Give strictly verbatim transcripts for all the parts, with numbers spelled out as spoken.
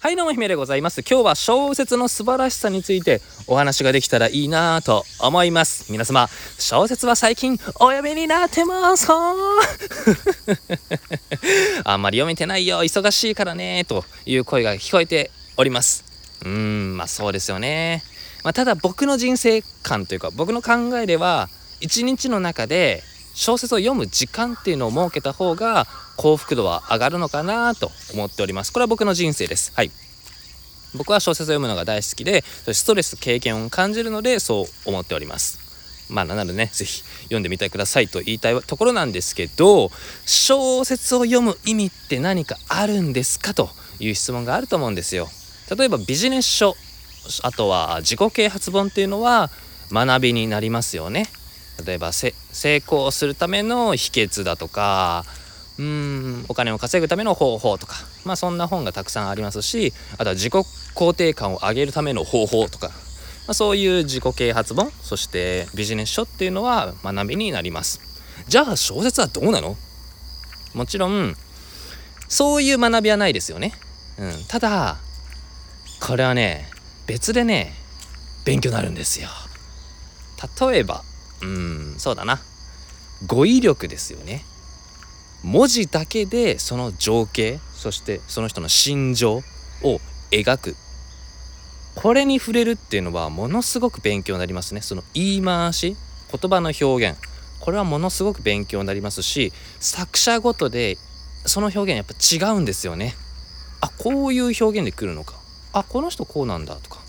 はいどうも姫でございます。今日は小説の素晴らしさについてお話ができたらいいなと思います。皆様、小説は最近お読みになってますか？あんまり読めてないよ、忙しいからねという声が聞こえております。うーんまあそうですよね。まあ、ただ僕の人生観というか僕の考えでは、一日の中で小説を読む時間っていうのを設けた方が幸福度は上がるのかなと思っております。これは僕の人生です。はい、僕は小説を読むのが大好きで、ストレス経験を感じるのでそう思っております。まあなのでね、ぜひ読んでみてくださいと言いたいところなんですけど、小説を読む意味って何かあるんですかという質問があると思うんですよ。例えばビジネス書、あとは自己啓発本っていうのは学びになりますよね。例えば成功するための秘訣だとか、うーんお金を稼ぐための方法とか、まあそんな本がたくさんありますし、あとは自己肯定感を上げるための方法とか、まあ、そういう自己啓発本、そしてビジネス書っていうのは学びになります。じゃあ小説はどうなの？もちろんそういう学びはないですよね。うん、ただこれはね、別でね勉強になるんですよ。例えばうーんそうだな、語彙力ですよね。文字だけでその情景、そしてその人の心情を描く、これに触れるっていうのはものすごく勉強になりますね。その言い回し、言葉の表現、これはものすごく勉強になりますし、作者ごとでその表現やっぱ違うんですよね。あ、こういう表現で来るのか、あ、この人こうなんだとか。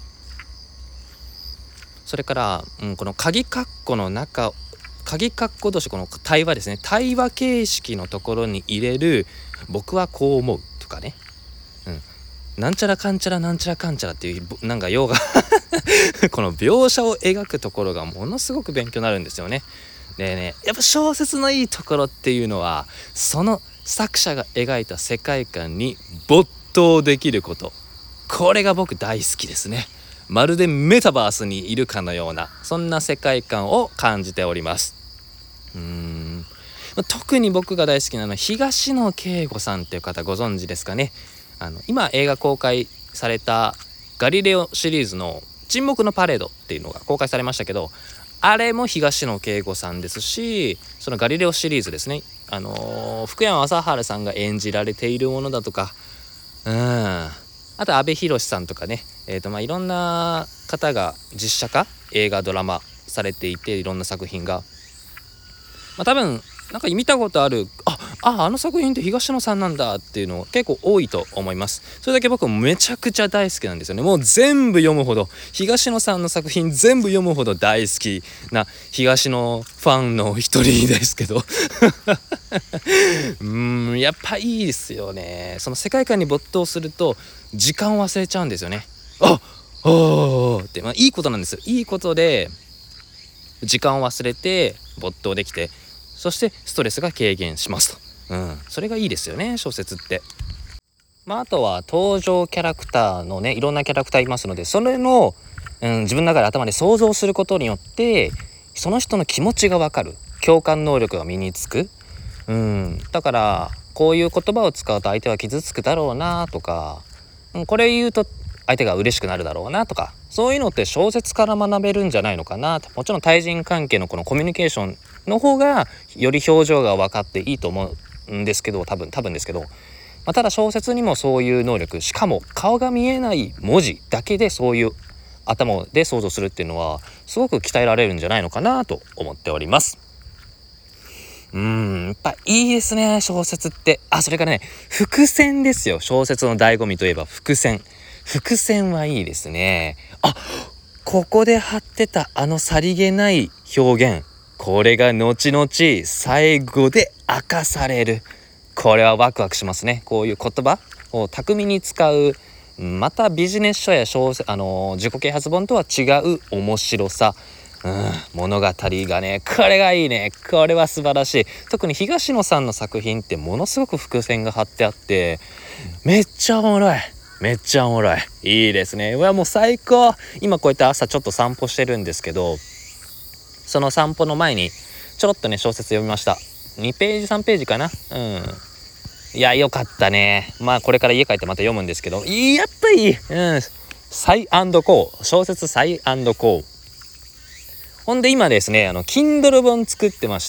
それから、うん、この鍵括弧の中、鍵括弧同士、この対話ですね、対話形式のところに入れる僕はこう思うとかね、うん、なんちゃらかんちゃらなんちゃらかんちゃらっていうなんか用がこの描写を描くところがものすごく勉強になるんですよね。でね、やっぱ小説のいいところっていうのは、その作者が描いた世界観に没頭できること、これが僕大好きですね。まるでメタバースにいるかのような、そんな世界観を感じております。うーん特に僕が大好きなのは東野圭吾さんっていう方、ご存知ですかね。あの今映画公開されたガリレオシリーズの沈黙のパレードっていうのが公開されましたけど、あれも東野圭吾さんですし、そのガリレオシリーズですね、あのー、福山雅治さんが演じられているものだとか、うんあと阿部寛さんとかね、えーとまあ、いろんな方が実写化、映画ドラマされていて、いろんな作品が、まあ、多分なんか見たことある、あああの作品って東野さんなんだっていうの結構多いと思います。それだけ僕もめちゃくちゃ大好きなんですよね。もう全部読むほど、東野さんの作品全部読むほど大好きな東野ファンの一人ですけどうーんやっぱいいですよね。その世界観に没頭すると時間を忘れちゃうんですよね。ああって、まあ、いいことなんですよ。いいことで時間を忘れて没頭できて、そしてストレスが軽減しますと、うん、それがいいですよね、小説って。まあ、あとは登場キャラクターのね、いろんなキャラクターいますので、それの、うん、自分の中で頭で想像することによってその人の気持ちが分かる、共感能力が身につく、うん、だからこういう言葉を使うと相手は傷つくだろうなとか、うん、これ言うと相手が嬉しくなるだろうなとか、そういうのって小説から学べるんじゃないのかなと。もちろん対人関係のこのコミュニケーションの方がより表情が分かっていいと思うんですけど、多分多分ですけど、まあ、ただ小説にもそういう能力、しかも顔が見えない文字だけでそういう頭で想像するっていうのはすごく鍛えられるんじゃないのかなと思っております。うーんやっぱいいですね、小説って。あ、それからね、伏線ですよ。小説の醍醐味といえば伏線。伏線はいいですね。あ、ここで貼ってたあのさりげない表現、これが後々最後で明かされる。これはワクワクしますね。こういう言葉を巧みに使う、またビジネス書や小説、あのー、自己啓発本とは違う面白さ、うん、物語がね、これがいいね。これは素晴らしい。特に東野さんの作品ってものすごく伏線が張ってあってめっちゃおもろい、めっちゃおもろい、いいですね。うわもう最高。今こうやって朝ちょっと散歩してるんですけど、その散歩の前にちょろっとね小説読みました。にページさんページかな、うんいやよかったね。まあこれから家帰ってまた読むんですけど、やっぱり、うん、サイ&コー小説サイ&コー。ほんで今ですね、あの Kindle 本作ってまして、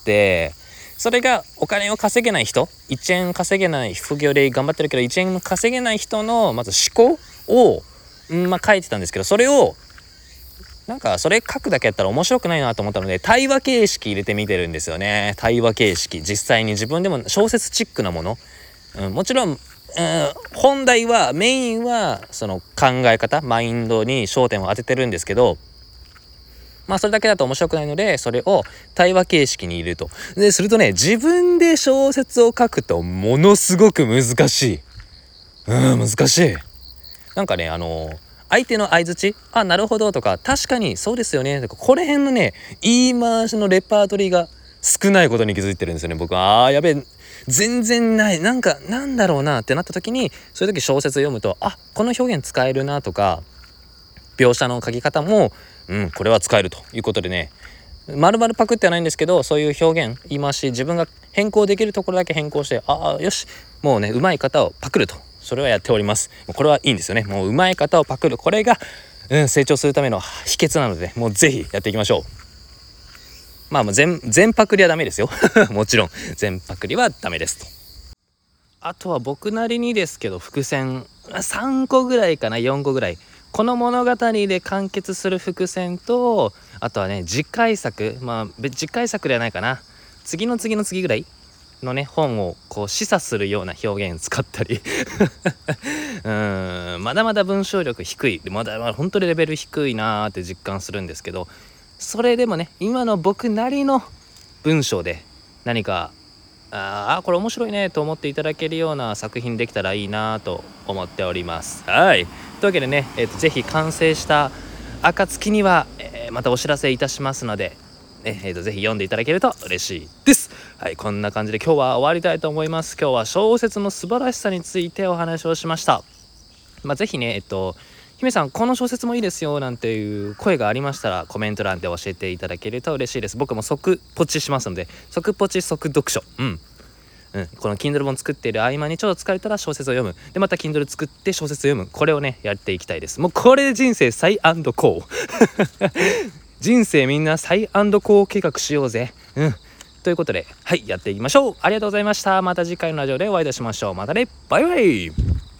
それがお金を稼げない人、いちえん稼げない、副業で頑張ってるけどいちえん稼げない人のまず思考を、うんまあ、書いてたんですけど、それをなんかそれ書くだけやったら面白くないなと思ったので、対話形式入れてみてるんですよね。対話形式、実際に自分でも小説チックなもの、うん、もちろん、うん、本題はメインはその考え方、マインドに焦点を当ててるんですけど、まあそれだけだと面白くないので、それを対話形式に入れると。でするとね、自分で小説を書くとものすごく難しい。うん難しい。なんかね、あの相手の相槌、あなるほどとか、確かにそうですよねとか、これ辺のね言い回しのレパートリーが少ないことに気づいてるんですよね。僕はあーやべえ全然ない、なんかなんだろうなってなった時に、そういう時小説を読むと、あこの表現使えるなとか、描写の書き方もうんこれは使えるということでね、丸々パクってはないんですけど、そういう表現言い回し、自分が変更できるところだけ変更して、ああよしもうね上手い方をパクると、それはやっております。もうこれはいいんですよね。もう上手い方をパクる、これが、うん、成長するための秘訣なので、もうぜひやっていきましょう。まあもう全全パクリはダメですよもちろん全パクリはダメですと。あとは僕なりにですけど、伏線さんこぐらいかな、よんこぐらい、この物語で完結する伏線と、あとはね次回作、まあ次回作ではないかな、次の次の次ぐらいのね本をこう示唆するような表現使ったりうーんまだまだ文章力低い、まだまだ本当にレベル低いなーって実感するんですけど、それでもね今の僕なりの文章で何かああこれ面白いねと思っていただけるような作品できたらいいなと思っております。はい、というわけでね、えー、とぜひ完成した暁には、えー、またお知らせいたしますので、ねえー、とぜひ読んでいただけると嬉しいです。はい、こんな感じで今日は終わりたいと思います。今日は小説の素晴らしさについてお話をしました。まあ、ぜひねえっと姫さんこの小説もいいですよなんていう声がありましたら、コメント欄で教えていただけると嬉しいです。僕も即ポチしますので、即ポチ即読書、うんうん、この Kindle 本作っている合間にちょっと疲れたら小説を読む、でまた Kindle 作って小説を読む、これをねやっていきたいです。もうこれ人生サイ&コー人生みんなサイ&コー計画しようぜ。うんということで、はいやっていきましょう。ありがとうございました。また次回のラジオでお会いいたしましょう。またね、バイバイ。